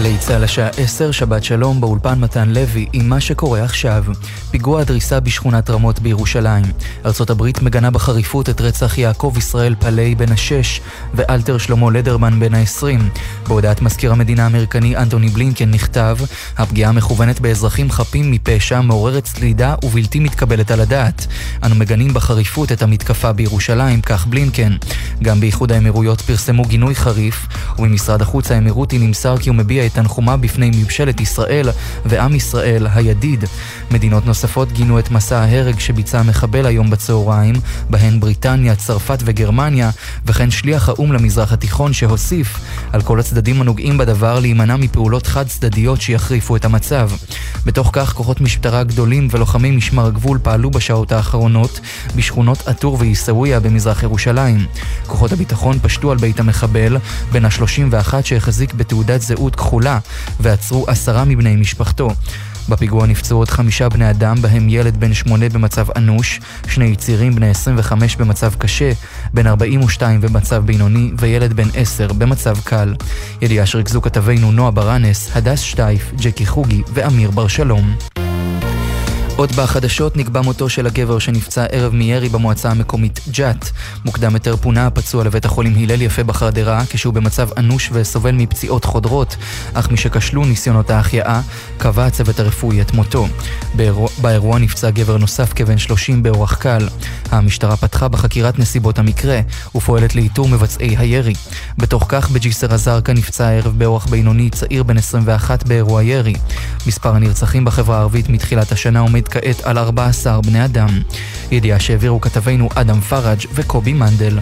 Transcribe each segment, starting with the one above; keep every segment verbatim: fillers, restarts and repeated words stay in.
גלי צהל השעה עשר, שבת שלום, באולפן מתן לוי עם מה שקורה עכשיו. פיגוע הדריסה בשכונת רמות בירושלים. ארצות הברית מגנה בחריפות את רצח יעקב ישראל פלאי בן השש ואלתר שלמה לדרמן בן העשרים. בהודעת מזכיר המדינה האמריקני אנטוני בלינקן נכתב, הפגיעה מכוונת באזרחים חפים מפשע, מעוררת סלידה ובלתי מתקבלת על הדעת. אנו מגנים בחריפות את המתקפה בירושלים, כך בלינקן. גם באיחוד האמירויות פרסמו גינוי חריף, וממשרד החוץ האמירותי נמסר כי הוא מביע את תנחומה בפני ממשלת ישראל ועם ישראל הידיד. מדינות נוספות גינו את מסע ההרג שביצע המחבל היום בצהריים, בהן בריטניה, צרפת וגרמניה, וכן שליח האום למזרח התיכון שהוסיף על כל הצדדים הנוגעים בדבר להימנע מפעולות חד צדדיות שיחריפו את המצב. בתוך כך כוחות משטרה גדולים ולוחמי משמר הגבול פעלו בשעות האחרונות בשכונות עטור ויסאוויה במזרח ירושלים. כוחות הביטחון פשטו על בית המחבל בן ה-שלושים ואחת שהחזיק בתעודת זהות כחולה ועצרו עשרה מבני משפחתו. בפיגוע נפצעו עוד חמישה בני אדם, בהם ילד בן שמונה במצב אנוש, שני צעירים בני עשרים וחמש במצב קשה, בן ארבעים ושתיים במצב בינוני וילד בן עשר במצב קל. ידיעה שריכזו כתבינו נועה ברנס, הדס שטייף, ג'קי חוגי ואמיר בר שלום. עוד בחדשות נקבע מותו של הגבר שנפצע ערב מירי במועצה המקומית ג'ת. מוקדם יותר פונה הפצוע לבית החולים הלל יפה בחרדרה כשהוא במצב אנוש וסובל מפציעות חודרות, אך משכשלו ניסיונות ההחייאה קבע הצוות הרפואי את מותו. באירוע, באירוע נפצע גבר נוסף כבן שלושים באורח קל. המשטרה פתחה בחקירת נסיבות המקרה ופועלת לאיתור מבצעי הירי. בתוך כך בג'יסר א-זרקא נפצע הערב באורח בינוני צעיר בן עשרים ואחת באירוע ירי. מספר הנרצחים בחברה הערבית מתחילת השנה עומד כעת על ארבעה עשר בני אדם. ידיעה שהעבירו כתבינו אדם פראג' וקובי מנדל.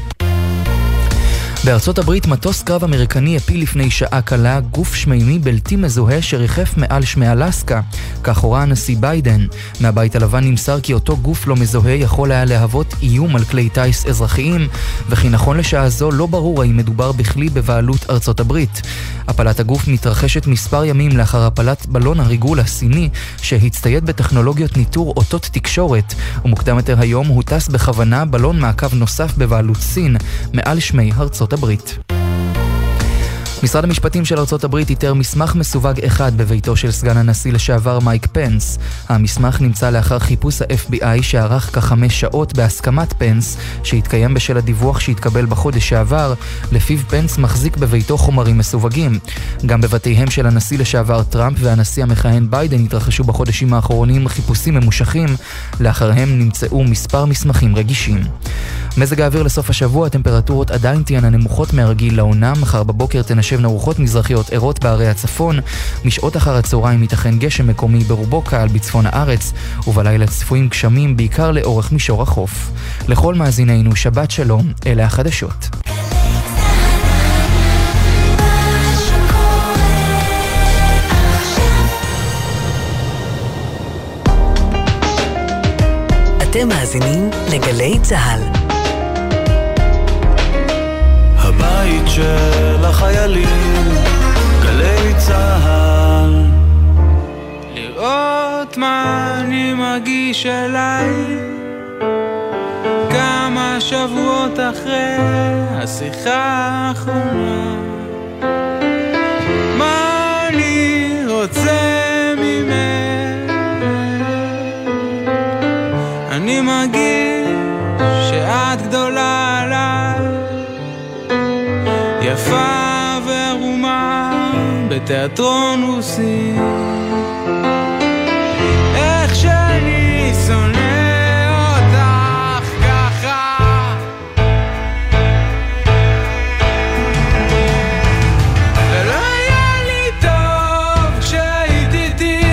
בארצות הברית מטוס קרב אמריקני הפיל לפני שעה קלה גוף שמימי בלתי מזוהה שריחף מעל שמי אלסקה. כך הורה הנשיא ביידן. מהבית הלבן נמסר כי אותו גוף לא מזוהה יכול היה להוות איום על כלי טייס אזרחיים, וכי נכון לשעה זו לא ברור האם מדובר בכלי בבעלות ארצות הברית. הפלת הגוף מתרחשת מספר ימים לאחר הפלת בלון הריגול הסיני שהצטייד בטכנולוגיות ניטור אותות תקשורת, ומוקדם יותר היום הוטס בכוונה בלון מעקב נוסף בבעלות סין מעל שמי ארצות הברית. משרד המשפטים של ארצות הברית איתר מסמך מסווג אחד בביתו של סגן הנשיא לשעבר מייק פנס. המסמך נמצא לאחר חיפוש ה-אף בי איי שערך כחמש שעות בהסכמת פנס, שהתקיים בשל הדיווח שהתקבל בחודש שעבר, לפיו פנס מחזיק בביתו חומרים מסווגים. גם בבתיהם של הנשיא לשעבר טראמפ והנשיא המכהן ביידן התרחשו בחודשים האחרונים חיפושים ממושכים, לאחריהם נמצאו מספר מסמכים רגישים. מזג האוויר לסוף השבוע, הטמפרטורות עדיין תהיינה נמוכות מהרגיל לעונה. מחר בבוקר תנשבנה רוחות מזרחיות ערות בערי הצפון, משעות אחר הצהריים ייתכן גשם מקומי ברובו קל בצפון הארץ, ובלילה צפויים גשמים בעיקר לאורך מישור החוף. לכל מאזינינו שבת שלום, אלה החדשות. אתם מאזינים לגלי צהל. הבית של החיילים, גלי צהל. לראות מה אני מרגיש אליי כמה שבועות אחרי השיחה האחרונה. מה אני רוצה ממך, אני מרגיש שאת גדולה עליי, יפה ורומה בתיאטרון רוסי. איך שאני שונא אותך ככה, ולא היה לי טוב כשהיית איתי.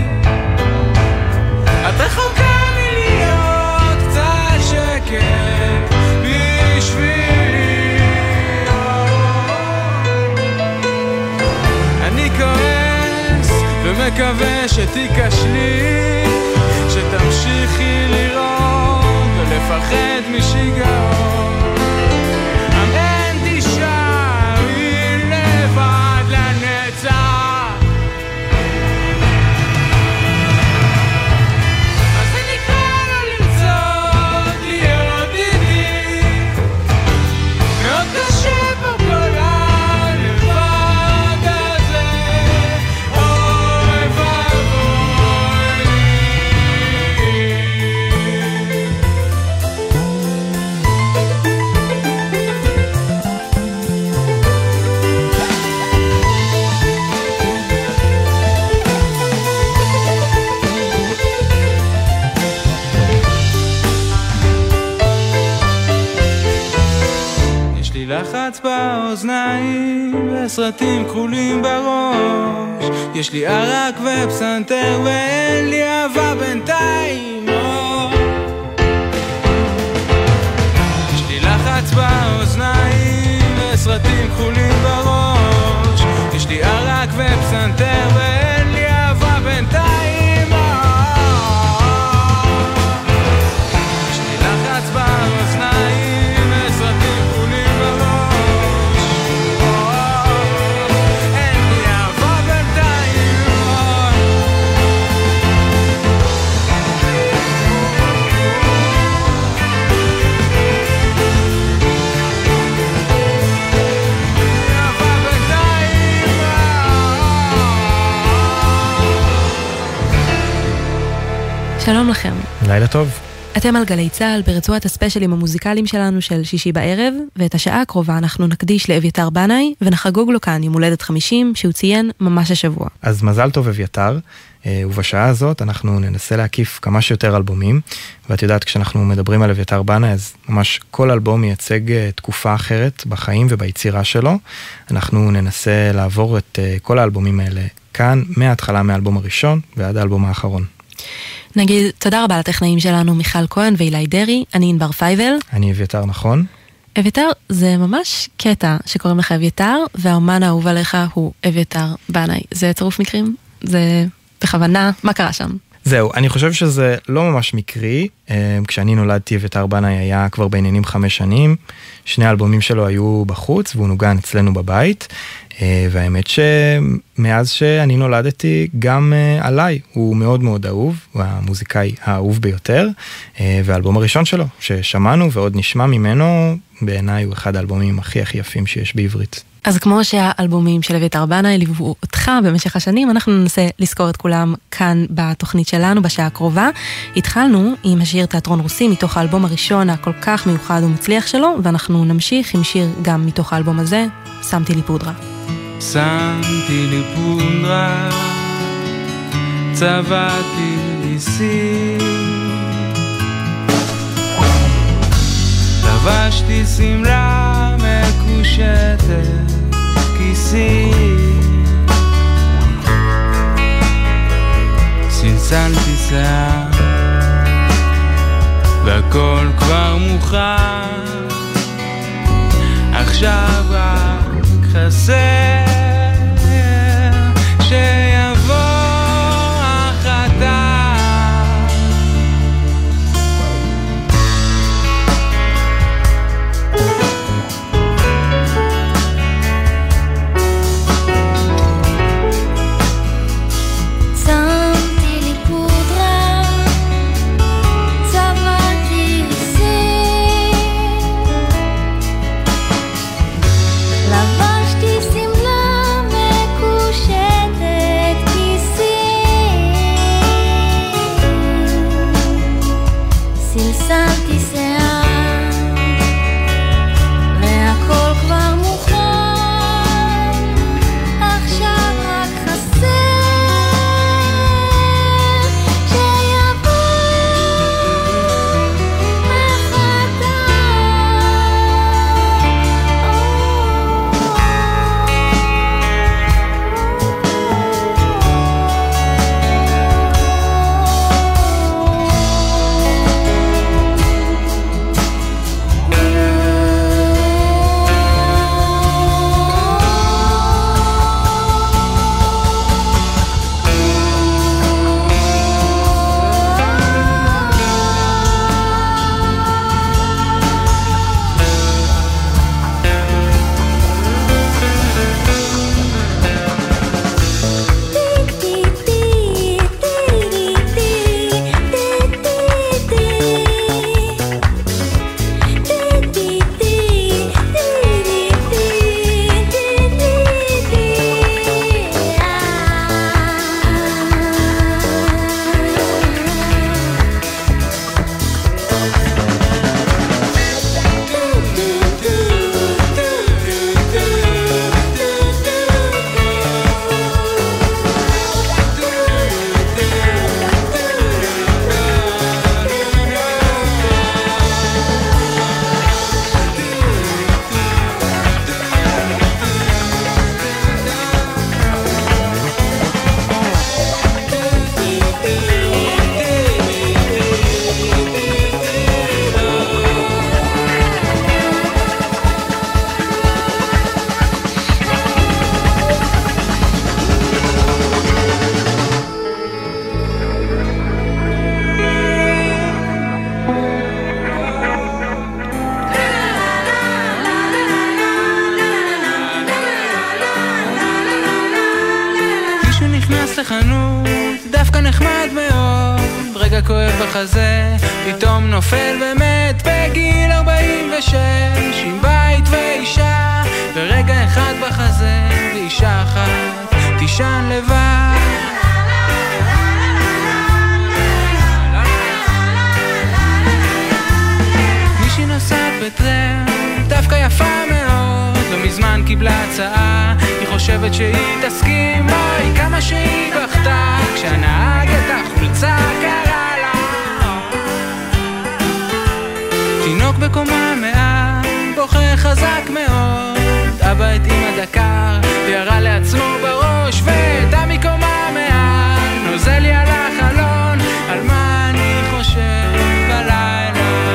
את רחוקה מלהיות קצת שקט בשבילי. אני כועס ומ לחץ באוזניים וסרטים כחולים בראש, יש לי ערק ופסנתר ואין לי אהבה בינתיים. יש לי לחץ באוזניים וסרטים כחולים בראש, יש לי ערק ופסנתר ואין לי אהבה בינתיים. יש לי לחץ באוזניים וסרטים כחולים בראש, אין לי אהבה בינתיים. שלום לכם. לילה טוב. אתם על גלי צהל ברצועת הספיישלים המוזיקליים שלנו של שישי בערב, ואת השעה הקרובה אנחנו נקדיש לאביתר בנאי ונחגוג לו כאן יום הולדת חמישים שהוא ציין ממש השבוע. אז מזל טוב אביתר, ובשעה הזאת אנחנו ננסה להקיף כמה שיותר אלבומים, ואת יודעת כשאנחנו מדברים על אביתר בנאי אז ממש כל אלבום מייצג תקופה אחרת בחיים וביצירה שלו. אנחנו ננסה לעבור את כל האלבומים האלה כאן מההתחלה מהאלבום הראשון ועד האלבום האחרון. נגיד תודה רבה לטכנאים שלנו מיכל כהן ואילי דרי, אני ענבר פייבל. אני אביתר, נכון? אביתר זה ממש קטע שקוראים לך אביתר, והאומן האהוב עליך הוא אביתר בנאי. זה צירוף מקרים? זה בכוונה? מה קרה שם? זהו, אני חושב שזה לא ממש מקרי. כשאני נולדתי אביתר בנאי היה כבר בעניינים חמש שנים, שני האלבומים שלו היו בחוץ והוא נוגן אצלנו בבית, והאמת שמאז שאני נולדתי גם עליי הוא מאוד מאוד אהוב, הוא המוזיקאי האהוב ביותר, והאלבום הראשון שלו ששמענו ועוד נשמע ממנו בעיניי הוא אחד האלבומים הכי הכי יפים שיש בעברית. אז כמו שהאלבומים של אביתר בנאי ליוו אותך במשך השנים, אנחנו ננסה לזכור את כולם כאן בתוכנית שלנו בשעה הקרובה. התחלנו עם השיר תיאטרון רוסי מתוך האלבום הראשון הכל כך מיוחד ומצליח שלו, ואנחנו נמשיך עם שיר גם מתוך האלבום הזה, שמתי לי פודרה. שמתי לי פודרה, צבעתי לי סיר, לבשתי סמלה מקושטת כיסי, סלסלתי שיער והכל כבר מוכן, עכשיו רק חסר שיבוא החתן. בחזה, פתאום נופל ומת בגיל ארבעים ושש, עם בית ואישה ורגע אחד בחזה, ואישה אחת תישן לבד. מישהי נוסעת בטרם, דווקא יפה מאוד, לא מזמן קיבלה הצעה, היא חושבת שהיא תסכים, אוי כמה שהיא בכתה, כשהנהג את החולצה קרא לה. תינוק בקומה מעל, בוכה חזק מאוד, אבא את אמא דקר, וירה לעצמו בראש, ודע מקומה מעל, נוזל לי על החלון, על מה אני חושב בלילה.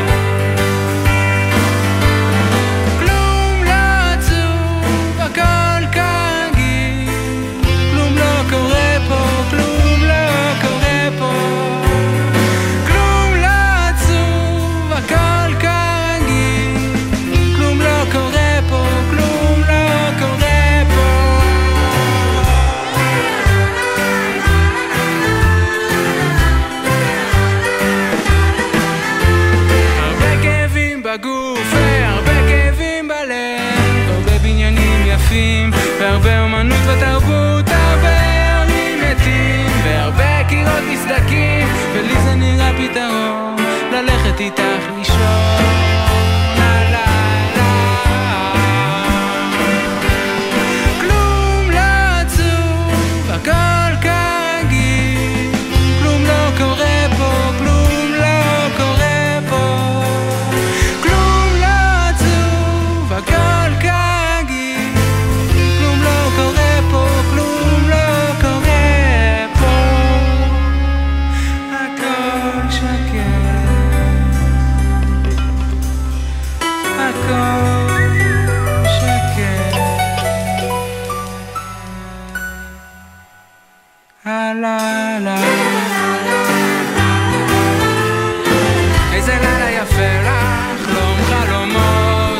כלום לא עצוב, הכל כרגיל, כלום לא קורה פה, כלום לא קורה פה. כלום לא עצוב, הכל כרגיל, כלום לא קורה פה, כלום לא קורה פה. הרבה כאבים בגוף והרבה כאבים בלב, הרבה בניינים יפים והרבה אומנות ותרבות, הרבה עולים מתים והרבה קירות מסדקים, ולי זה נראה פתרון ללכת איתך לישון. לה לה לה. כלום לא עצוב, הכל כרגיל, כלום לא קורה פה, כלום לא קורה פה. כלום לא עצוב, הכל כרגיל, כלום לא קורה פה, כלום לא קורה פה. הכל שקט, הכל שקט. הלילה, איזה לילה יפה לך, חלום חלומות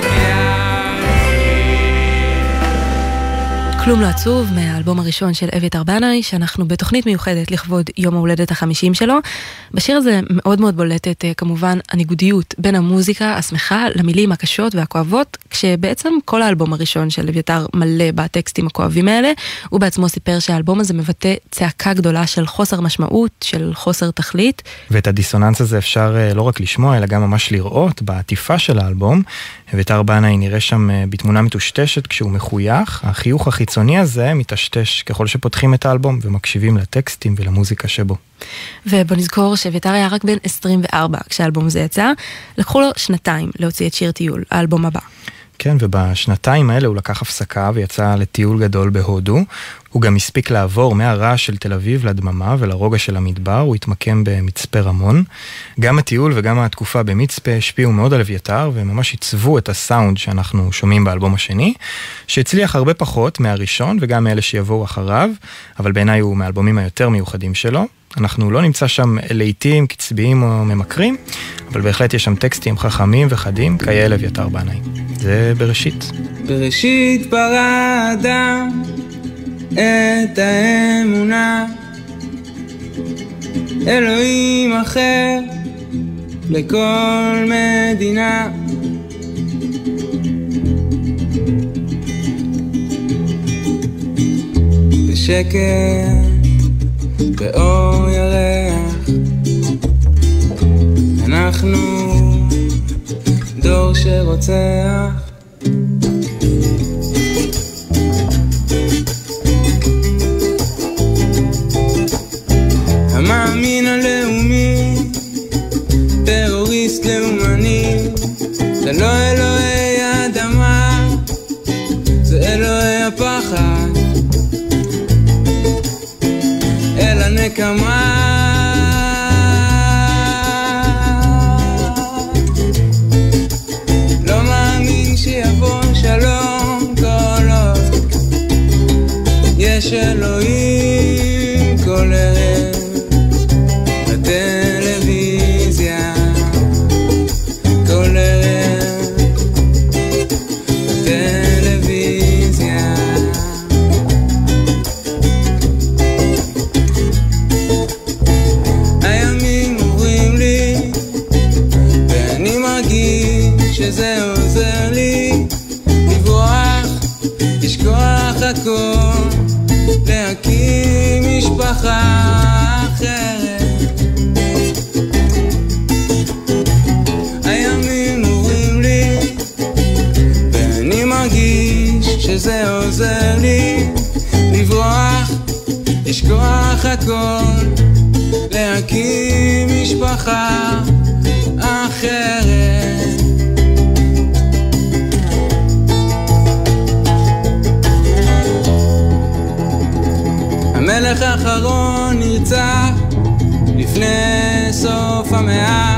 יעיר. כלום לא עצוב, מהאלבום הראשון של אביתר בנאי, שאנחנו בתוכנית מיוחדת לכבוד יום ההולדת החמישים שלו. בשיר הזה מאוד מאוד בולטת כמובן הניגודיות בין המוזיקה השמחה למילים הקשות והכואבות, כשבעצם כל האלבום הראשון של אביתר מלא בטקסטים הכואבים האלה. הוא בעצמו סיפר שהאלבום הזה מבטא צעקה גדולה של חוסר משמעות, של חוסר תכלית. ואת הדיסוננס הזה אפשר לא רק לשמוע, אלא גם ממש לראות בעטיפה של האלבום. אביתר בנאי נראה שם בתמונה מטושטשת כשהוא מחוייך. החיוך החיצוני הזה מתשטש ככל שפותחים את האלבום ומקשיבים לטקסטים ולמוזיקה שבו. ובוא נזכור שאביתר היה רק בן עשרים וארבע כשהאלבום הזה יצא. לקחו לו שנתיים להוציא את שיר טיול, האלבום הבא. כן, ובשנתיים האלה הוא לקח הפסקה ויצא לטיול גדול בהודו. הוא גם הספיק לעבור מהרעש של תל אביב לדממה ולרוגע של המדבר, הוא התמקם במצפה רמון. גם הטיול וגם התקופה במצפה השפיעו מאוד על אביתר, וממש עיצבו את הסאונד שאנחנו שומעים באלבום השני, שהצליח הרבה פחות מהראשון וגם מאלה שיבואו אחריו, אבל בעיניי הוא מהאלבומים היותר מיוחדים שלו. אנחנו לא נמצא שם לעיתים, קצביים או ממכרים, אבל בהחלט יש שם טקסטים חכמים וחדים, כאל אביתר בנאי. זה בראשית. בראשית ברא אדם את האמונה, אלוהים אחר לכל מדינה. בשקט באור ירח אנחנו דור שרוצח. המאמין הלאומי, טרוריסט לאומני, זה לא אלוהי האדמה, זה אלוהי הפחד, אלא נקמה. לא מאמין שיבוא שלום כל עוד יש אלוהים כל ערב בטלוויזיה, כל ערב בטלוויזיה. שזה עוזר לי לברוח, לשכוח הכל, להקים משפחה אחרת. הימים עוברים לי ואני מרגיש שזה עוזר לי לברוח, לשכוח הכל, להקים משפחה אחרת. המלך האחרון נרצח לפני סוף המאה,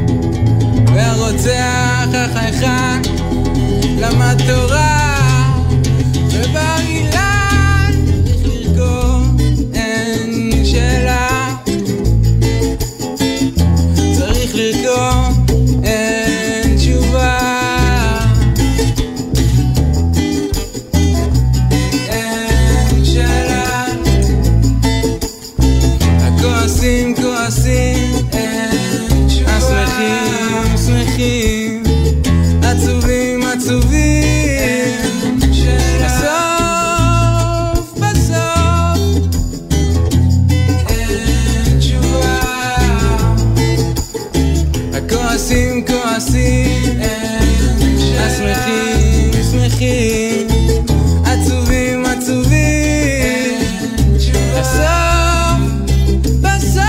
והרוצח החייכן למד תורה ובר אילן צריך לרקום, אין שאלה, צריך לרקום, אין תשובה, אין שאלה. הכועסים כועסים, אין תשובה. השמחים שמחים, עצובים עצובים, בסוף בסוף אין תשובה. הכועסים כועסים, השמחים שמחים, עצובים עצובים, בסוף בסוף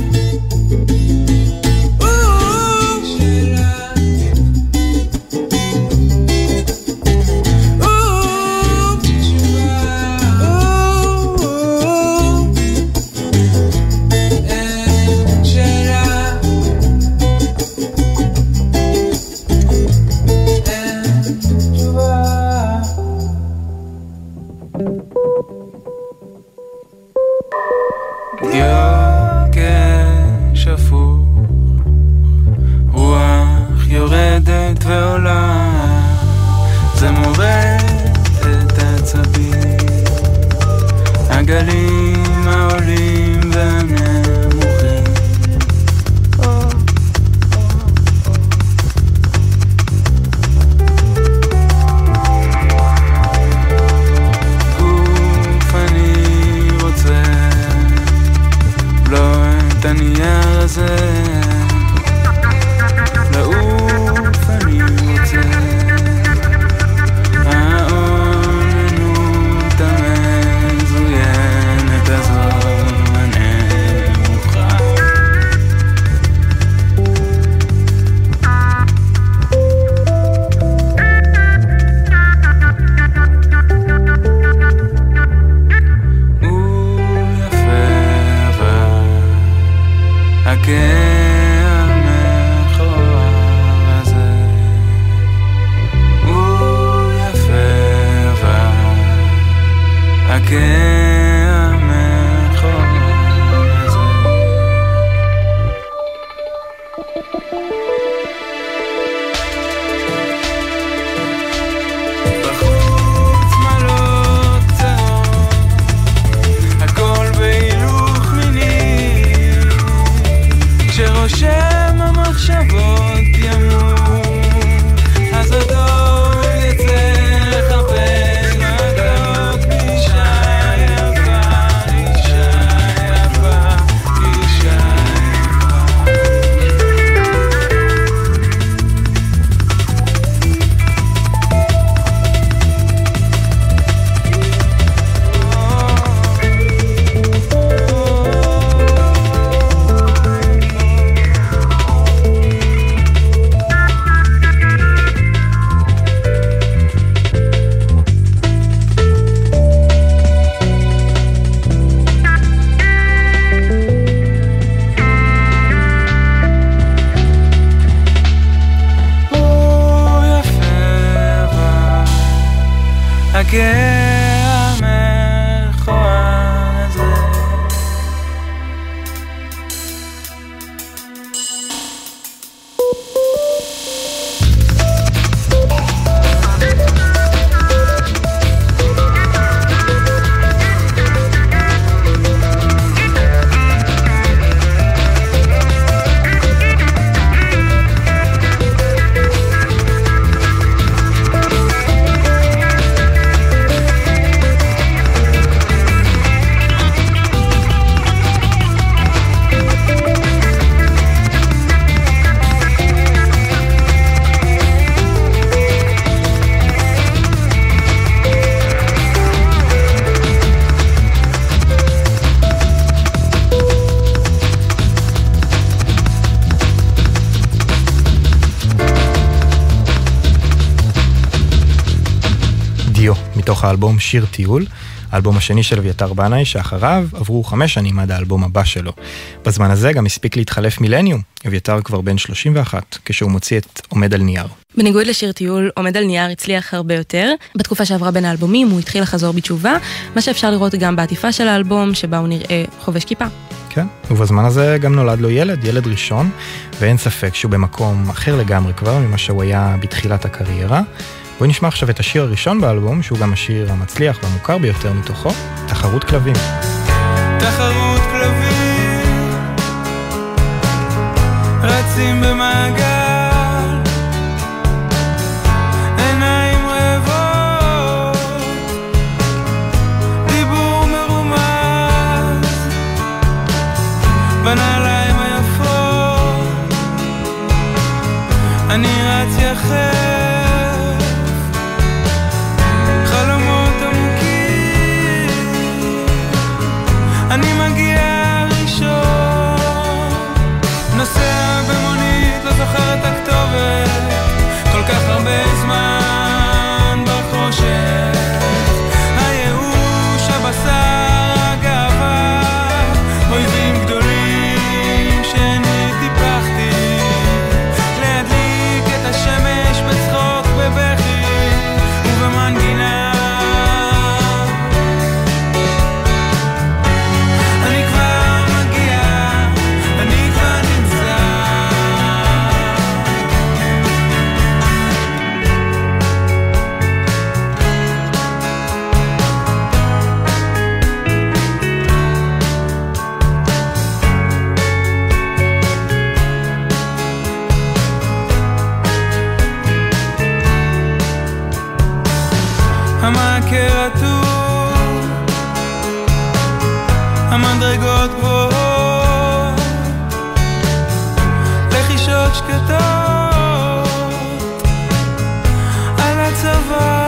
הגלים העולים והנמוכים, גוף אני רוצה לא את הנייר הזה, לעוף אני רוצה מתוך האלבום שיר טיול, האלבום השני של אביתר בנאי, שאחריו עברו חמש שנים עד האלבום הבא שלו. בזמן הזה גם הספיק להתחלף מילניום, אביתר כבר בן שלושים ואחת, כשהוא מוציא את עומד על נייר. בניגוד לשיר טיול, עומד על נייר הצליח הרבה יותר. בתקופה שעברה בין האלבומים הוא התחיל לחזור בתשובה, מה שאפשר לראות גם בעטיפה של האלבום, שבה הוא נראה חובש כיפה. כן, ובזמן הזה גם נולד לו ילד, ילד ראשון, ואין ספק שהוא במקום אחר לגמרי כבר ממה שהוא היה בתחילת הקריירה. בואי נשמע עכשיו את השיר הראשון באלבום, שהוא גם השיר המצליח והמוכר ביותר מתוכו, תחרות כלבים. תחרות כלבים רצים במעגל, עיניים רעבות, דיבור מרומז, בנעליים היפות אני רץ יחד, אני מגיע ראשון, נוסע במונית, לא זוכר את הכתובת, כל כך הרבה זמן בחושך, הייאוש, הבשר, הגאווה, אויבים גדולים שאני טיפחתי, להדליק את השמש בצחוק, בבכי ובמנגינה. המעקר רטוב, המדרגות גבוהות, לחישות שקטות על הצבא,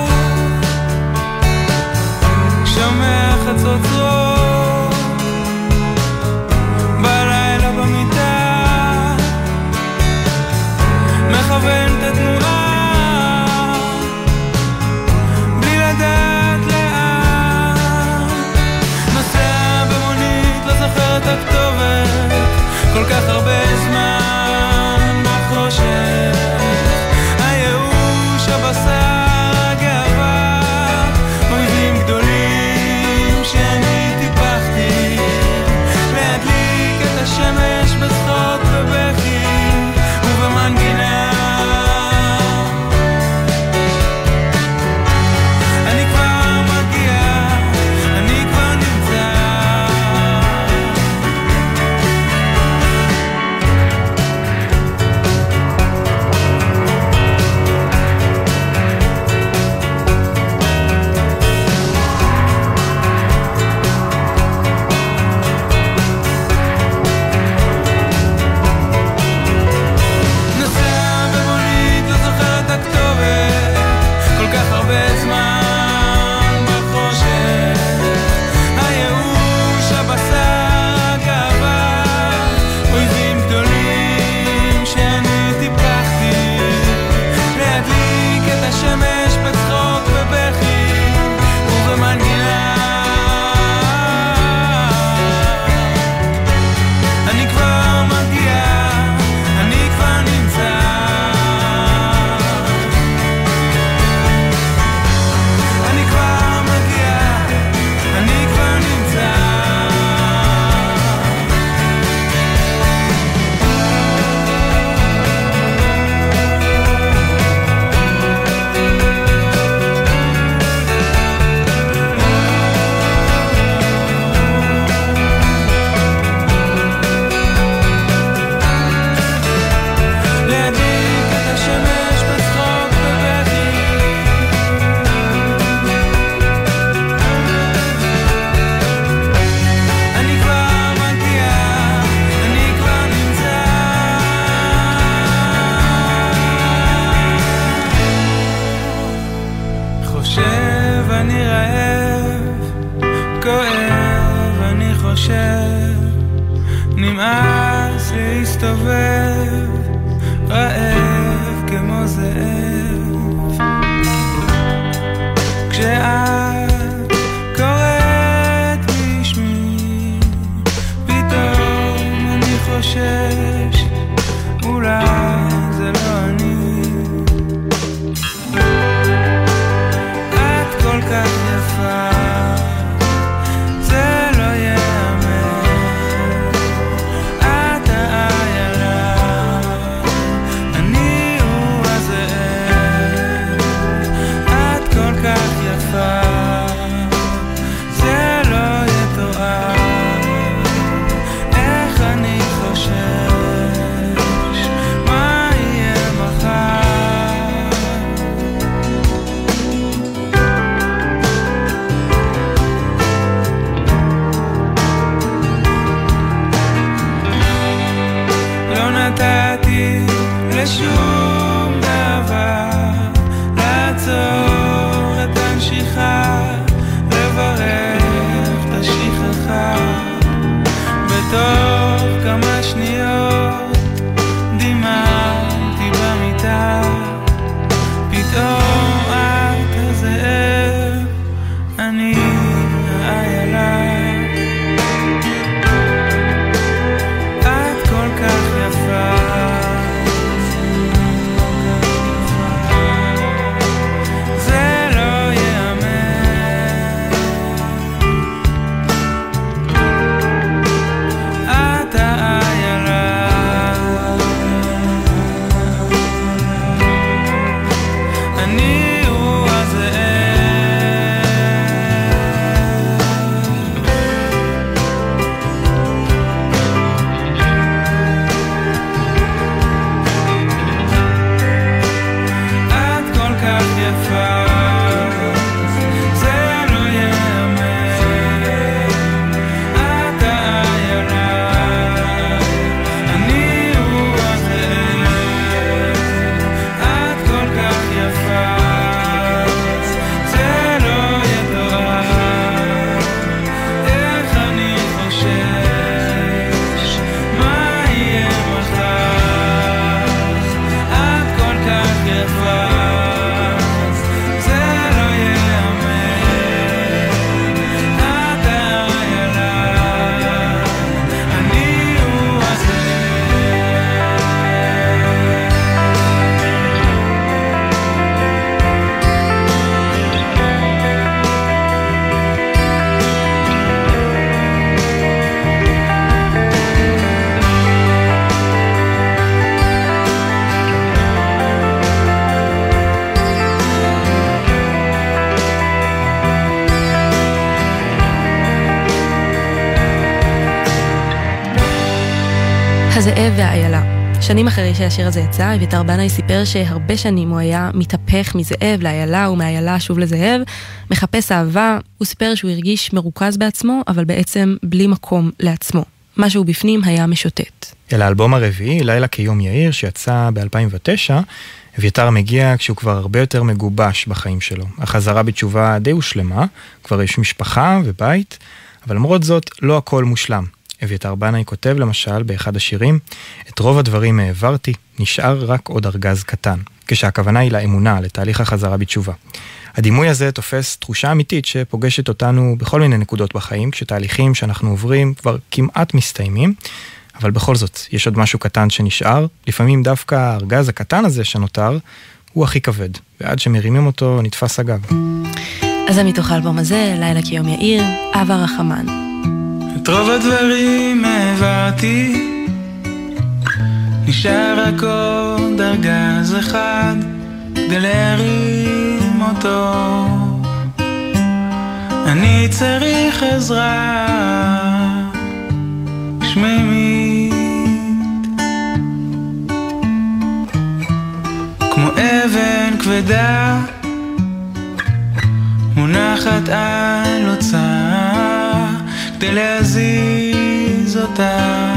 שומע חצוצרות בלילה במיטה, מכוון את התנועה לדעת לאן, נוסע במונית, לא הזאב והאיילה. שנים אחרי שהשיר הזה יצא, אביתר בנאי סיפר שהרבה שנים הוא היה מתהפך מזאב לאיילה ומאיילה שוב לזאב, מחפש אהבה. הוא סיפר שהוא הרגיש מרוכז בעצמו, אבל בעצם בלי מקום לעצמו. משהו בפנים היה משוטט. אל האלבום הרביעי, לילה כיום יאיר, שיצא ב-אלפיים ותשע, אביתר מגיע כשהוא כבר הרבה יותר מגובש בחיים שלו. החזרה בתשובה די הושלמה, כבר יש משפחה ובית, אבל למרות זאת לא הכל מושלם. אביתר בנאי כותב למשל באחד השירים, את רוב הדברים העברתי, נשאר רק עוד ארגז קטן, כשהכוונה היא לאמונה, לתהליך החזרה בתשובה. הדימוי הזה תופס תחושה אמיתית שפוגשת אותנו בכל מיני נקודות בחיים, כשתהליכים שאנחנו עוברים כבר כמעט מסתיימים, אבל בכל זאת יש עוד משהו קטן שנשאר, לפעמים דווקא הארגז הקטן הזה שנותר הוא הכי כבד, ועד שמרימים אותו נתפס הגב. אז זה מתוך האלבום הזה, לילה כיום יאיר, אהבה רחמן. את רוב הדברים העברתי, נשאר רק עוד ארגז אחד כדי להרים אותו. אני צריך עזרה שמימית, כמו אבן כבדה מונחת על הוצאה כדי להזיז אותה.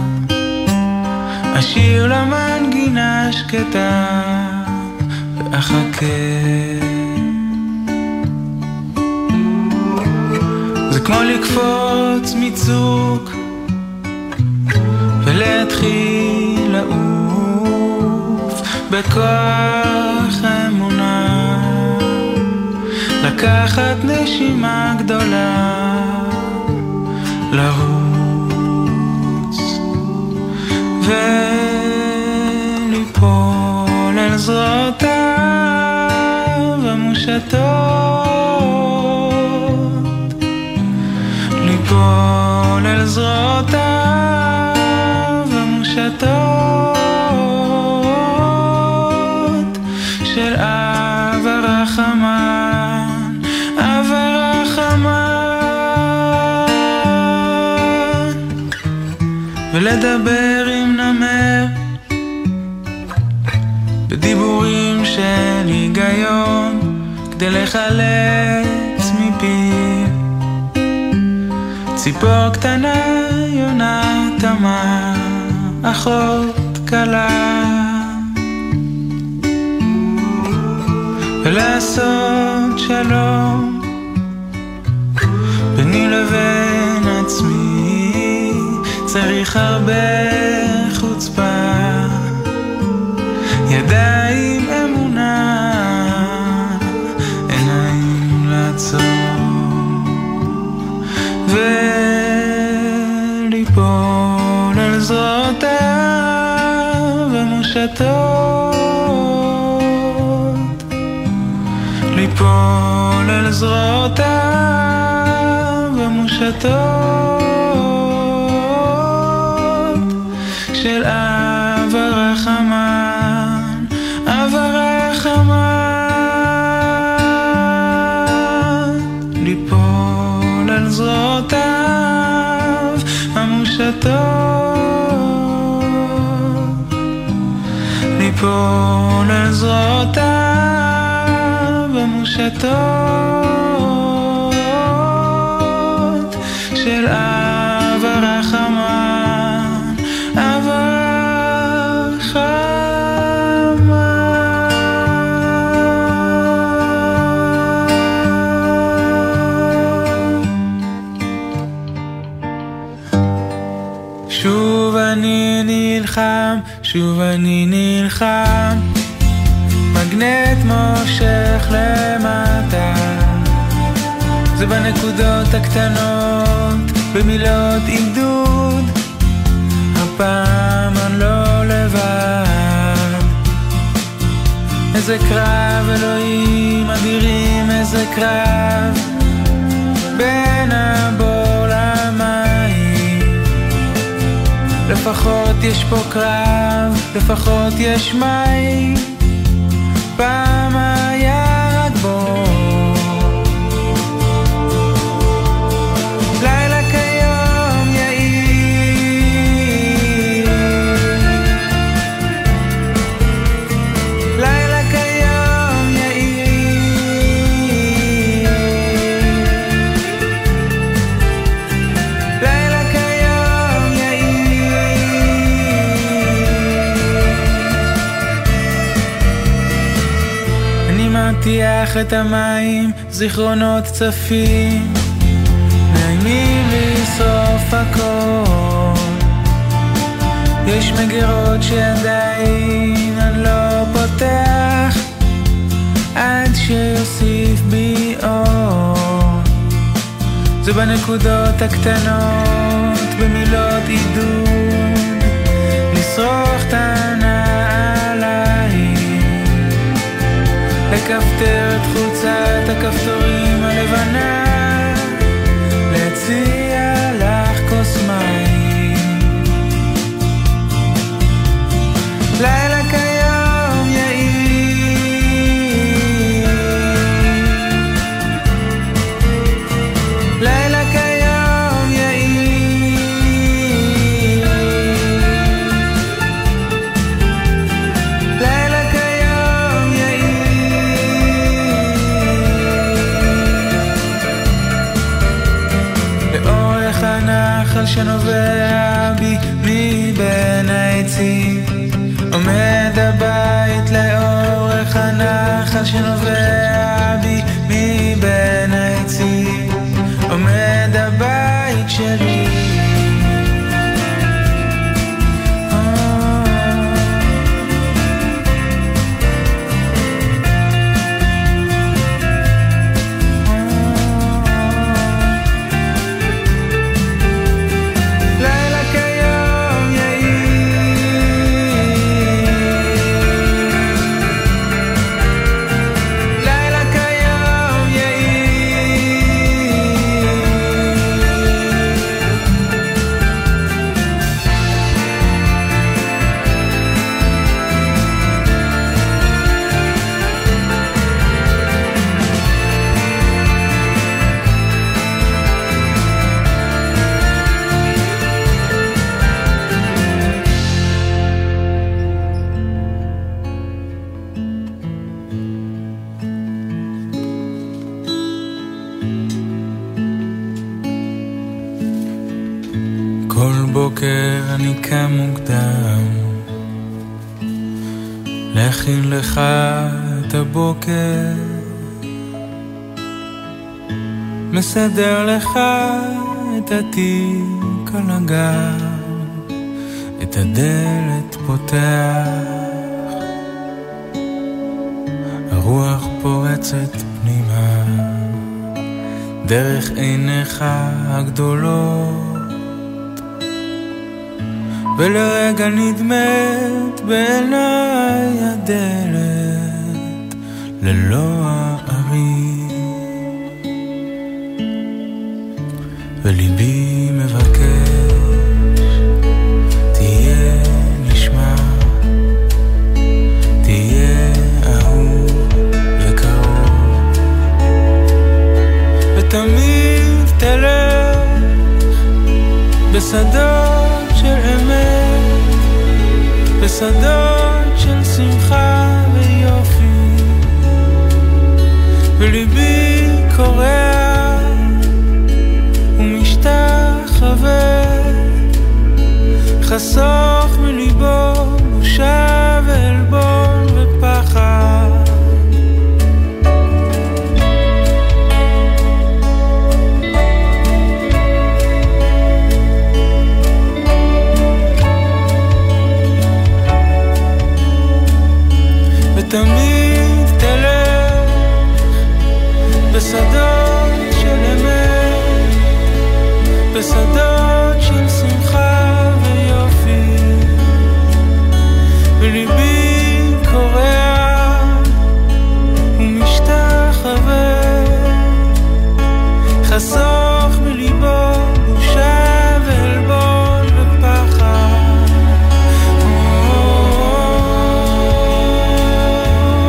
אשיר למנגינה שקטה ואחכה. זה כמו לקפוץ מצוק ולהתחיל לעוף בכוח אמונה, לקחת נשימה גדולה, לרוץ וליפול אל זרועותיו המושטות, ליפול אל זרועותיו המושטות של אב הרחמן, אב הרחמן. ולדבר עם נמר בדיבורים של היגיון כדי לחלץ מפיו ציפור קטנה יונה תמה אחות קלה, ולעשות שלום ביני לבין עצמי צריך הרבה חוצפה, ידיים אמונה, עיניים לעצור וליפול אל זרועותיו המושטות, ליפול אל זרועותיו המושטות של אב הרחמן, אב הרחמן. ליפול על זרועותיו המושטות, ליפול על זרועותיו המושטות של אב הרחמן, אב הרחמן. שוב אני נלחם, שוב אני נלחם, מגנט מושך למטה, זה בנקודות הקטנות, במילות עידוד, הפעם אני לא לבד. איזה קרב אלוהים אדירים, איזה קרב בין הבור למים, לפחות יש פה קרב, לפחות יש מים, פעם היה רק בור. לילה כיום יאיר, מטיח את המים, זיכרונות צפים, נעימים לשרוף הכל. יש מגירות שעדיין אני לא פותח, עד שיוסיף בי אור. זה בנקודות הקטנות, במילות עידוד, לשרוך את הנעליים, לכפתר את חוצת הכפתורים הלבנה, להציע לך כוס מים. לילה כיום יאיר, לילה כיום יאיר, לילה כיום יאיר. לאורך הנחל שנובע בי מבין העצים, עומד הבית לאורך הנחל שנובע בי מבין העצים, עומד הבית שלי. אני קם מוקדם להכין לך את הבוקר, מסדר לך את התיק על הגב, את הדלת פותח, הרוח פורצת פנימה דרך עיניך הגדולות, ולרגע נדמת בעיניי הדלת ללא הערים, וליבי מבקש תהיה נשמע, תהיה אהוב וקרוב, ותמיד תלך בשדות של אמת, בשדות של שמחה ויופי, וליבי קורע ומשתחווה, חסוך מליבו בושה ועלבון ופחד, תמיד תלך בשדות של אמת, בשדות של שמחה ויופי, וליבי קורע ומשתחווה, חסוך מליבו בושה ועלבון ופחד.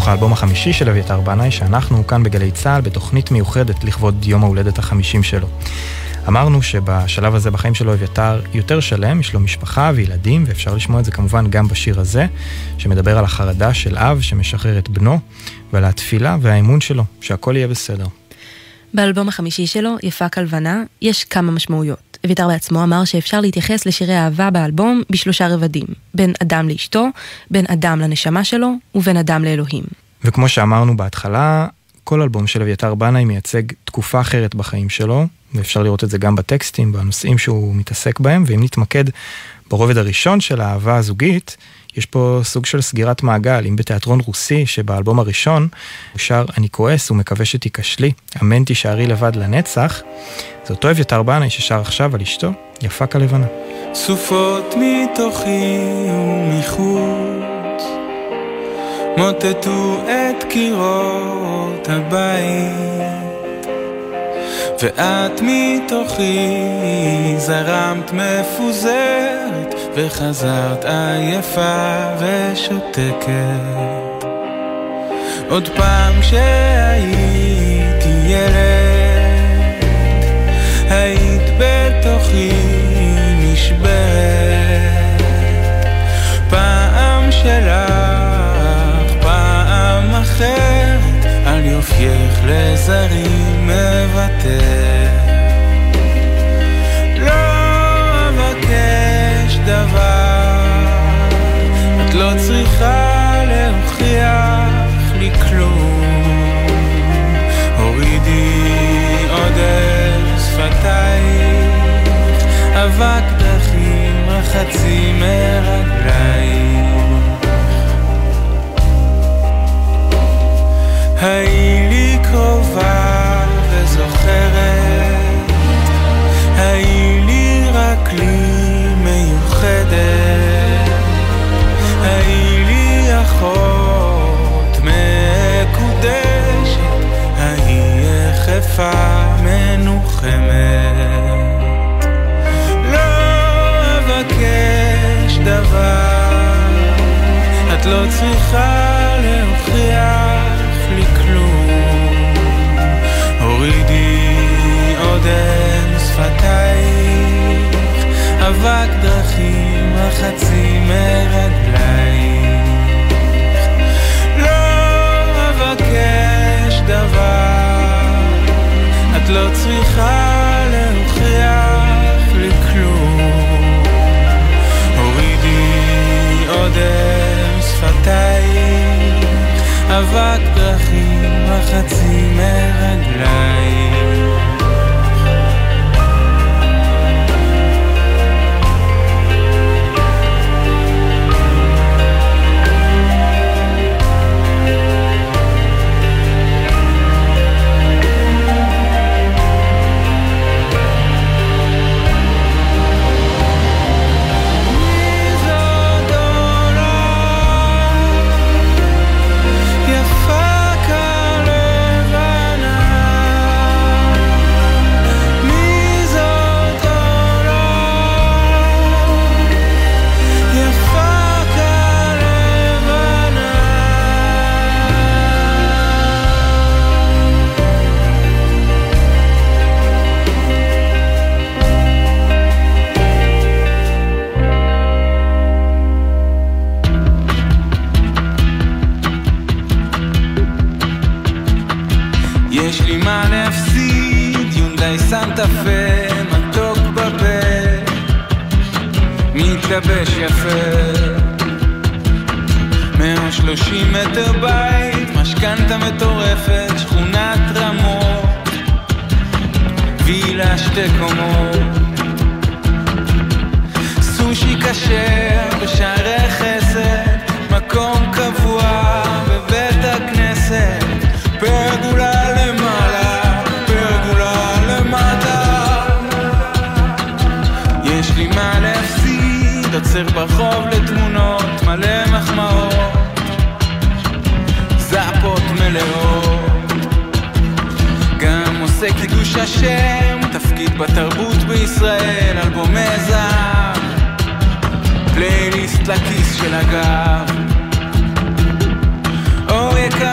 האלבום החמישי של אביתר בנאי, שאנחנו כאן בגלי צהל בתוכנית מיוחדת לכבוד יום ההולדת החמישים שלו. אמרנו שבשלב הזה בחיים שלו אביתר יותר שלם, יש לו משפחה וילדים, ואפשר לשמוע את זה כמובן גם בשיר הזה, שמדבר על החרדה של אב שמשחרר את בנו, ועל התפילה והאמון שלו, שהכל יהיה בסדר. באלבום החמישי שלו, יפה כלבנה, יש כמה משמעויות. אביתר בעצמו אמר שאפשר להתייחס לשירי האהבה באלבום בשלושה רבדים, בין אדם לאשתו, בין אדם לנשמה שלו, ובין אדם לאלוהים. וכמו שאמרנו בהתחלה, כל אלבום של אביתר בנאי מייצג תקופה אחרת בחיים שלו, ואפשר לראות את זה גם בטקסטים, בנושאים שהוא מתעסק בהם, ואם נתמקד ברובד הראשון של האהבה הזוגית, יש פה סוג של סגירת מעגל. אם בתיאטרון רוסי, שבאלבום הראשון הוא שר אני כועס ומקווה שתיכשלי, אמן תישארי לבד לנצח, זה אותו אביתר בנאי ששר עכשיו על אשתו, יפה כלבנה. סופות מתוכי ומחוץ מוטטו את קירות הבית, ואת מתוכי זרמת מפוזרת וחזרת עייפה ושותקת. עוד פעם שהייתי ילד היית בתוכי נשברת, פעם שלך פעם אחרת על יופייך לזרים מבטא. לא אבקש דבר, את לא צריכה להוכיח לי כלום, הורידי עוד אל שפתייך, אבק דרכים רחצי מרגלייך. היי לי קרובה וזוכרת, היי לי רק לי מיוחדת, היי לי אחות מקודשת, היי יחפה מנוחמת. לא אבקש דבר, את לא צריכה להוכיח לי כלום, הורידי עודן שפתייך, אבק דרכים החצי מרגלייך. לא אבקש דבר, את לא צריכה להוכיח לי כלום, הורידי עודן שפתייך, אבק דרכים החצי מרגלייך. מתלבש יפה, מאה שלושים מטר בית, משכנתה מטורפת, שכונת רמות, וילה שתי קומות, סושי כשר בשערי חסד, מקום קבוע בבית הכנסת, פרגולה למעלה, פרגולה למטה. יש לי מה להפסיד, עוצר ברחוב לתמונות, מלא מחמאות, זפות מלאות, גם עושה קידוש השם, תפקיד בתרבות בישראל, אלבומי זהב, פלייליסט לכיס של הגב. אור יקר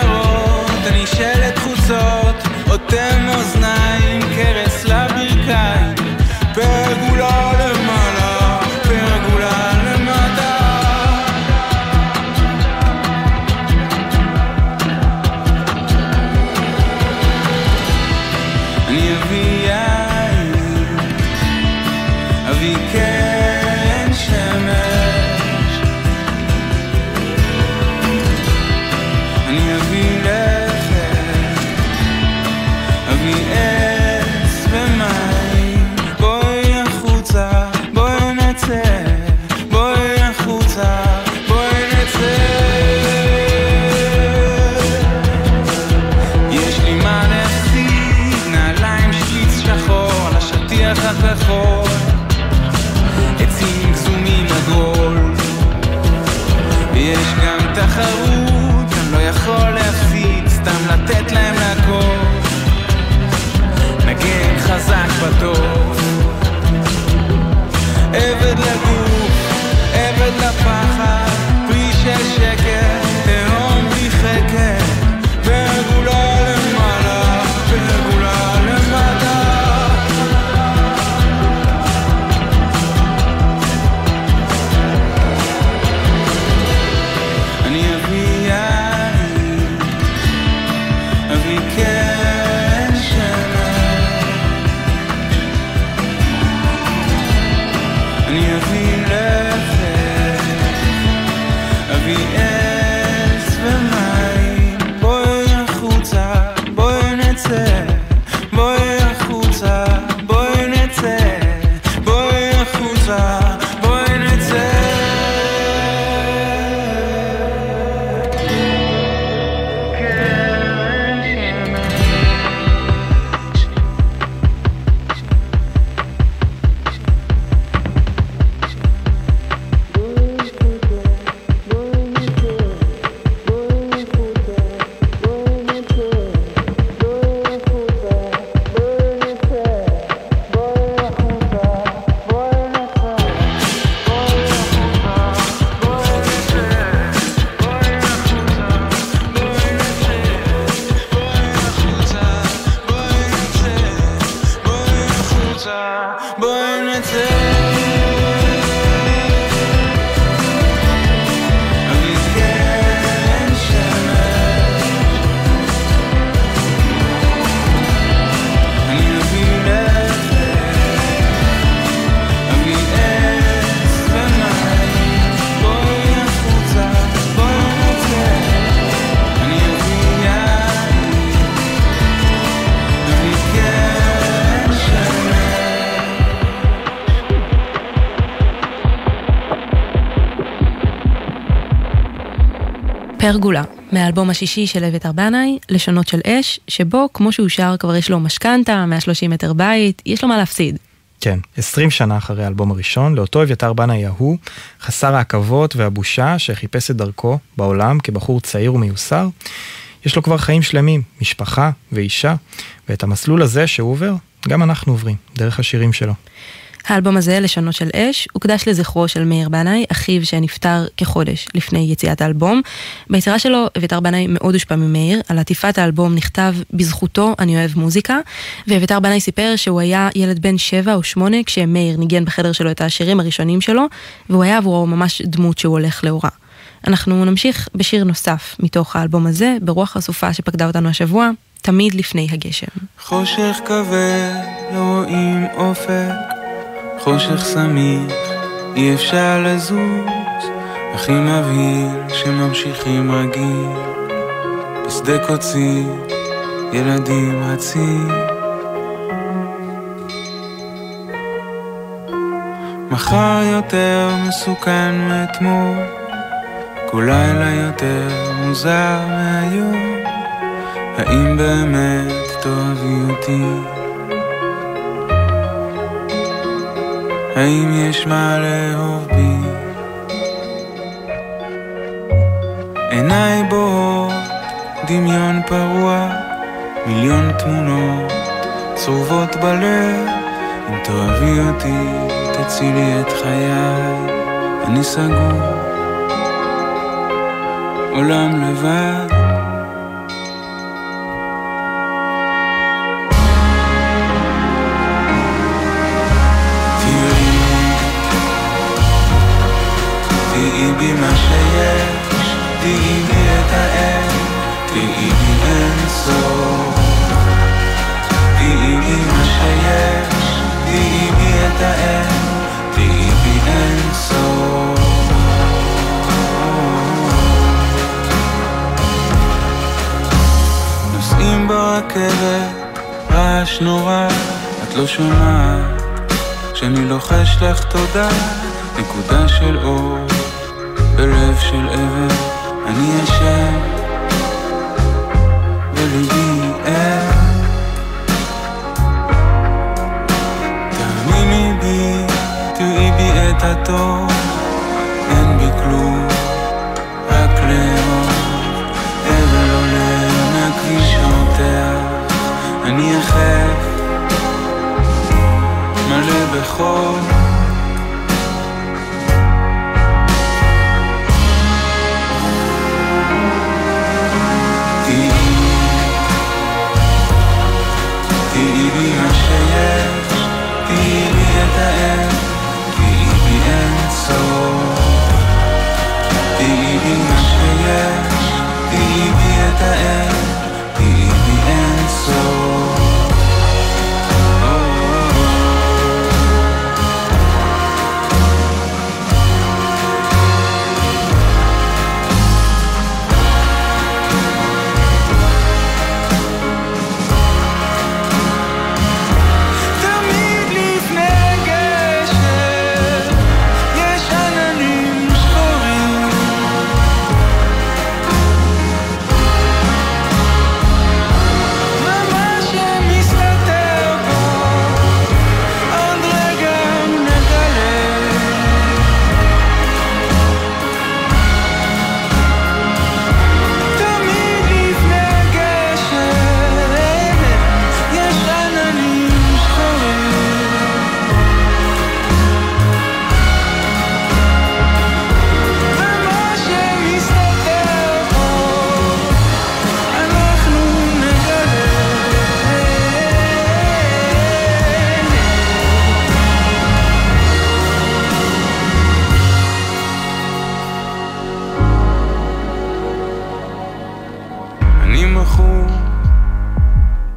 אביא קרן שמש, אני אביא לחם, אביא עץ ומים, בואי החוצה, בואי נצא, בואי החוצה, בואי נצא, בואי החוצה, בואי נצא. פרגולה, מהאלבום השישי של אביתר בנאי, לשונות של אש, שבו, כמו שהוא שר, כבר יש לו משכנתה, מאה ושלושים מטר בית, יש לו מה להפסיד. כן, עשרים שנה אחרי האלבום הראשון, לאותו אביתר בנאי ההוא, חסר העכבות והבושה שחיפש את דרכו בעולם כבחור צעיר ומיוסר, יש לו כבר חיים שלמים, משפחה ואישה, ואת המסלול הזה שהוא עובר, גם אנחנו עוברים, דרך השירים שלו. האלבום הזה, לשונות של אש, הוקדש לזכרו של מאיר בנאי, אחיו שנפטר כחודש לפני יציאת האלבום. ביצירה שלו, אביתר בנאי מאוד הושפע ממאיר, על עטיפת האלבום נכתב בזכותו אני אוהב מוזיקה, ואביתר בנאי סיפר שהוא היה ילד בן שבע או שמונה, כשמאיר ניגן בחדר שלו את השירים הראשונים שלו, והוא היה עבורו ממש דמות שהוא הולך לאורה. אנחנו נמשיך בשיר נוסף מתוך האלבום הזה, ברוח הסופה שפקדה אותנו השבוע, תמיד לפני הגשם. חושך כבד, לא רואים אופק, חושך סמיך, אי אפשר לזוז, הכי מבהיל שממשיכים רגיל, בשדה קוצי, ילדים רצים. מחר יותר מסוכן מאתמול, כל לילה יותר מוזר מהיום, האם באמת תאהבי אותי? האם יש מה לאהוב בי? עיניי בוהות, דמיון פרוע, מיליון תמונות צרובות בלב. אם תאהבי אותי, תצילי את חיי, אני סגור, עולם לבד. תהי בי מה שיש, תהי בי את האל, תהי בי אין סוף. תהי בי מה שיש, תהי בי את האל, תהי בי אין סוף. נוסעים ברכבת, רעש נורא, את לא שומעת שאני לוחש לך תודה, נקודה של אור בלב של אבן, אני ישן וליבי אין. תאמיני בי, תראי בי את הטוב, אין בי כלום, רק לאהוב. אבל עולה מהכביש המותח, אני יחף מלא בחור. תהי בי מה שיש, תהי בי את האל, תהי בי אין סוף. תהי בי מה שיש, תהי בי את האל, תהי בי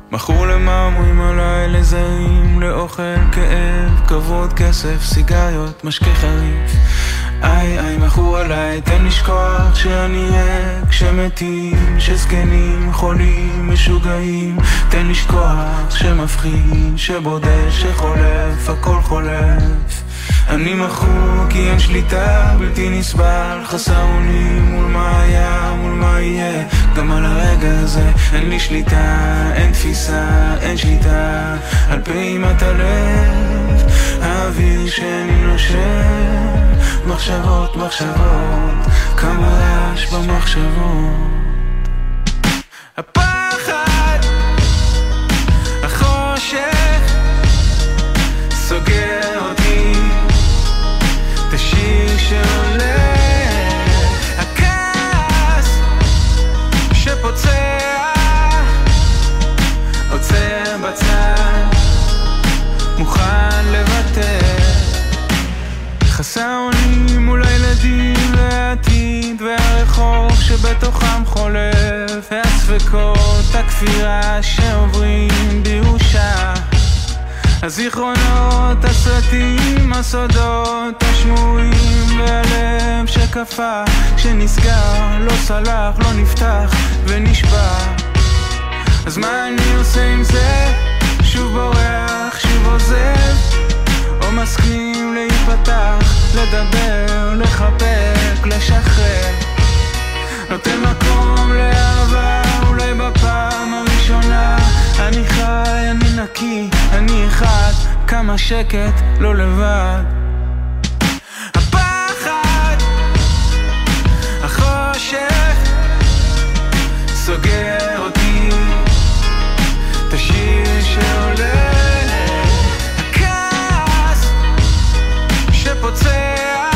מכרו למאמרים עליי, לזרים, לאוכל, כאב, כבוד, כסף, סיגריות, משקה חריף. איי איי מכרו עליי, תן לשכוח שאני אהיה כשמתים, שזקנים, חולים, משוגעים. תן לשכוח שמפחיד, שבודד, שחולף, הכל חולף. אני מכור כי אין שליטה, בלתי נסבל, חסר אונים, מול מה היה, מול מה יהיה. גם על הרגע הזה אין לי שליטה, אין תפיסה, אין שליטה על פעימת הלב, האוויר שאני נושם. מחשבות, מחשבות, כמה רעש במחשבות. הפחד, החושך, סוגר אותי, את השיר שעולה, הכעס שפוצע, עוצר בצד, מוכן לוותר. חסר אונים מול הילדים והעתיד והרחוב שבתוכם חולף, והספקות, הכפירה שעוברים בירושה, הזיכרונות, הסרטים, הסודות, השמועים והלב שקפה, שנסגר, לא סלח, לא נפתח ונשבע. אז מה אני עושה עם זה? שוב בורח, שוב עוזב, או מסכים להיפתח, לדבר, לחבק, לשחרר. נותן מקום לאהבה, אולי בפעם הראשונה. אני חי, אני נקי, אני אחד, כמה שקט, לא לבד. הפחד, החושך, סוגר אותי, את השיר שעולה, הכעס שפוצע,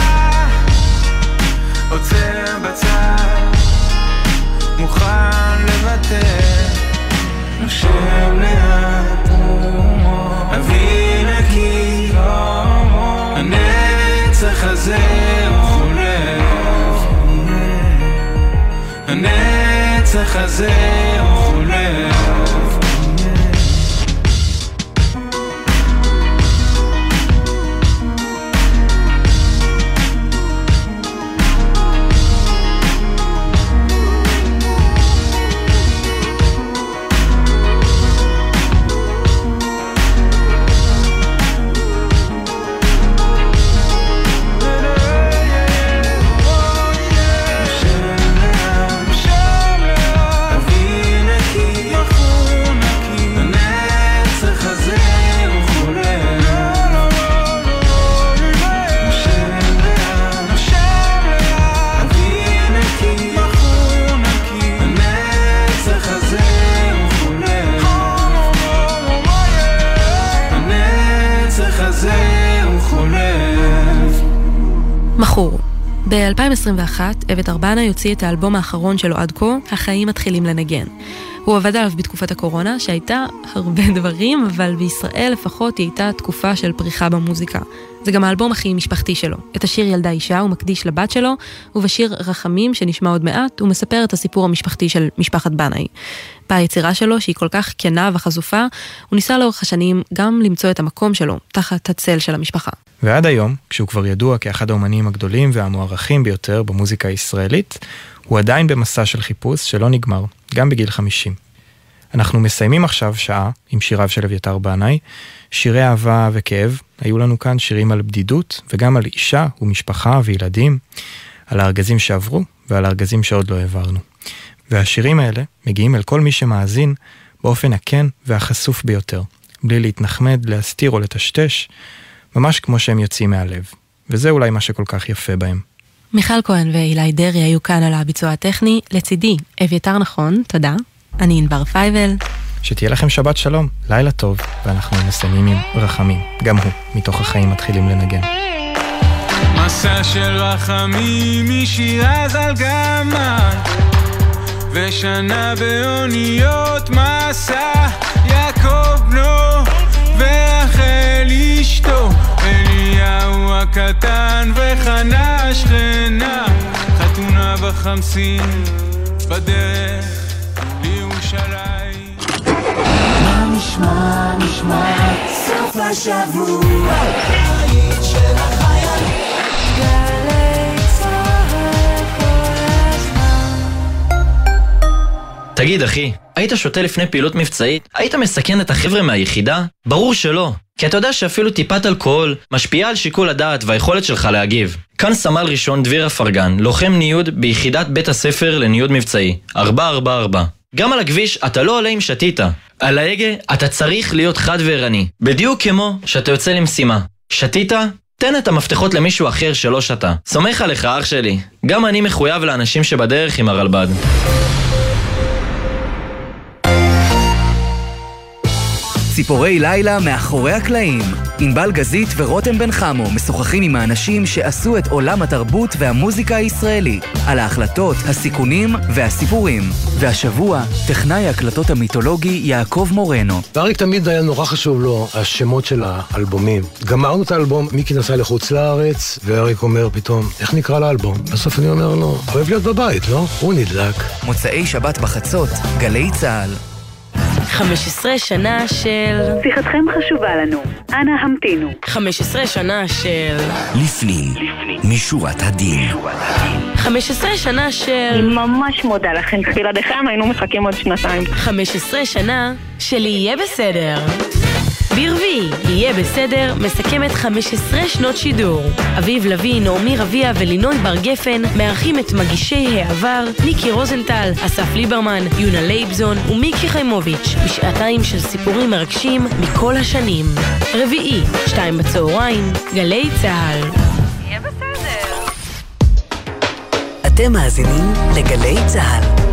עוצר בצד, מוכן לוותר. נושם לאט, אוויר נקי, הנצח הזה הוא חולף, הנצח הזה הוא חולף. מכור. ב-אלפיים עשרים ואחת, עבד ארבנה יוציא את האלבום האחרון שלו עד כה, החיים מתחילים לנגן. הוא עבד עליו בתקופת הקורונה, שהייתה הרבה דברים, אבל בישראל לפחות היא הייתה תקופה של פריחה במוזיקה. זה גם האלבום הכי משפחתי שלו. את השיר ילדה אישה הוא מקדיש לבת שלו, ובשיר רחמים שנשמע עוד מעט, הוא מספר את הסיפור המשפחתי של משפחת בנאי. ביצירה שלו, שהיא כל כך כנה וחשופה, הוא ניסה לאורך השנים גם למצוא את המקום שלו, תחת הצל של המשפחה. ועד היום, כשהוא כבר ידוע כאחד האומנים הגדולים והמוערכים ביותר במוזיקה הישראלית, הוא עדיין במסע של חיפוש שלא נגמר, גם בגיל חמישים. אנחנו מסיימים עכשיו שעה עם שיריו של אביתר בנאי, שירי אהבה וכאב. היו לנו כאן שירים על בדידות וגם על אישה ומשפחה וילדים, על הארגזים שעברו ועל הארגזים שעוד לא העברנו. והשירים האלה מגיעים אל כל מי שמאזין באופן הכן והחשוף ביותר, בלי להתנחמד, להסתיר או לטשטש, ממש כמו שהם יוצאים מהלב. וזה אולי מה שכל כך יפה בהם. מיכל כהן ואילי דרי היו כאן על הביצוע הטכני, לצידי אביתר נכון, תודה. אני ענבר פייבל. שתהיה לכם שבת שלום, לילה טוב, ואנחנו מסיימים עם רחמים, גם הוא, מתוך החיים מתחילים לנגן. מסע של רחמים משירז על גמל, ושנה באוניות מסע, יעקב בנו ורחל אשתו, אליהו הקטן וחנה שכנה, חתונה בחמסין בדרך לירושלים. בשבוע, הבית של החיילים. גלי צהל כל הזמן. תגיד אחי, היית שותה לפני פעילות מבצעית? היית מסכן את החבר'ה מהיחידה? ברור שלא. כי אתה יודע שאפילו טיפת אלכוהול משפיעה על שיקול הדעת והיכולת שלך להגיב. כאן סמל ראשון דביר אפרגן, לוחם ניוד ביחידת בית הספר לניוד מבצעי, ארבע ארבע ארבע. גם על הכביש אתה לא עולה עם שתית. על ההגה אתה צריך להיות חד וערני. בדיוק כמו שאתה יוצא למשימה. שתית? תן את המפתחות למישהו אחר שלא שתה. סומך עליך אח שלי. גם אני מחויב לאנשים שבדרך עם הרלב"ד. ציפורי לילה מאחורי הקלעים. ענבל גזית ורותם בן חמו משוחחים עם האנשים שעשו את עולם התרבות והמוזיקה הישראלי, על ההחלטות, הסיכונים והסיפורים. והשבוע, טכנאי ההקלטות המיתולוגי יעקב מורנו. ואריק תמיד היה נורא חשוב לו השמות של האלבומים. גמרנו את האלבום, מיקי נסע לחוץ לארץ, ואריק אומר פתאום, איך נקרא לאלבום? בסוף אני אומר לו, אוהב להיות בבית, לא? הוא נדלק. מוצאי שבת בחצות, גלי צהל. חמש עשרה שנה של... שיחתכם חשובה לנו, אנא המתינו. חמש עשרה שנה של... לפנים, משורת הדין. חמש עשרה שנה של... אני ממש מודה לכם, בלעדיכם היינו מחכים עוד שנתיים. חמש עשרה שנה של יהיה בסדר. ברביעי, יהיה בסדר, מסכמת חמש עשרה שנות שידור. אביב לוי, נעמי רביה ולינוי בר גפן מארחים את מגישי העבר, ניקי רוזנטל, אסף ליברמן, יונה לייבזון ומיקי חיימוביץ' בשעתיים של סיפורים מרגשים מכל השנים. רביעי, שתיים בצהריים, גלי צהל. יהיה בסדר. אתם מאזינים לגלי צהל.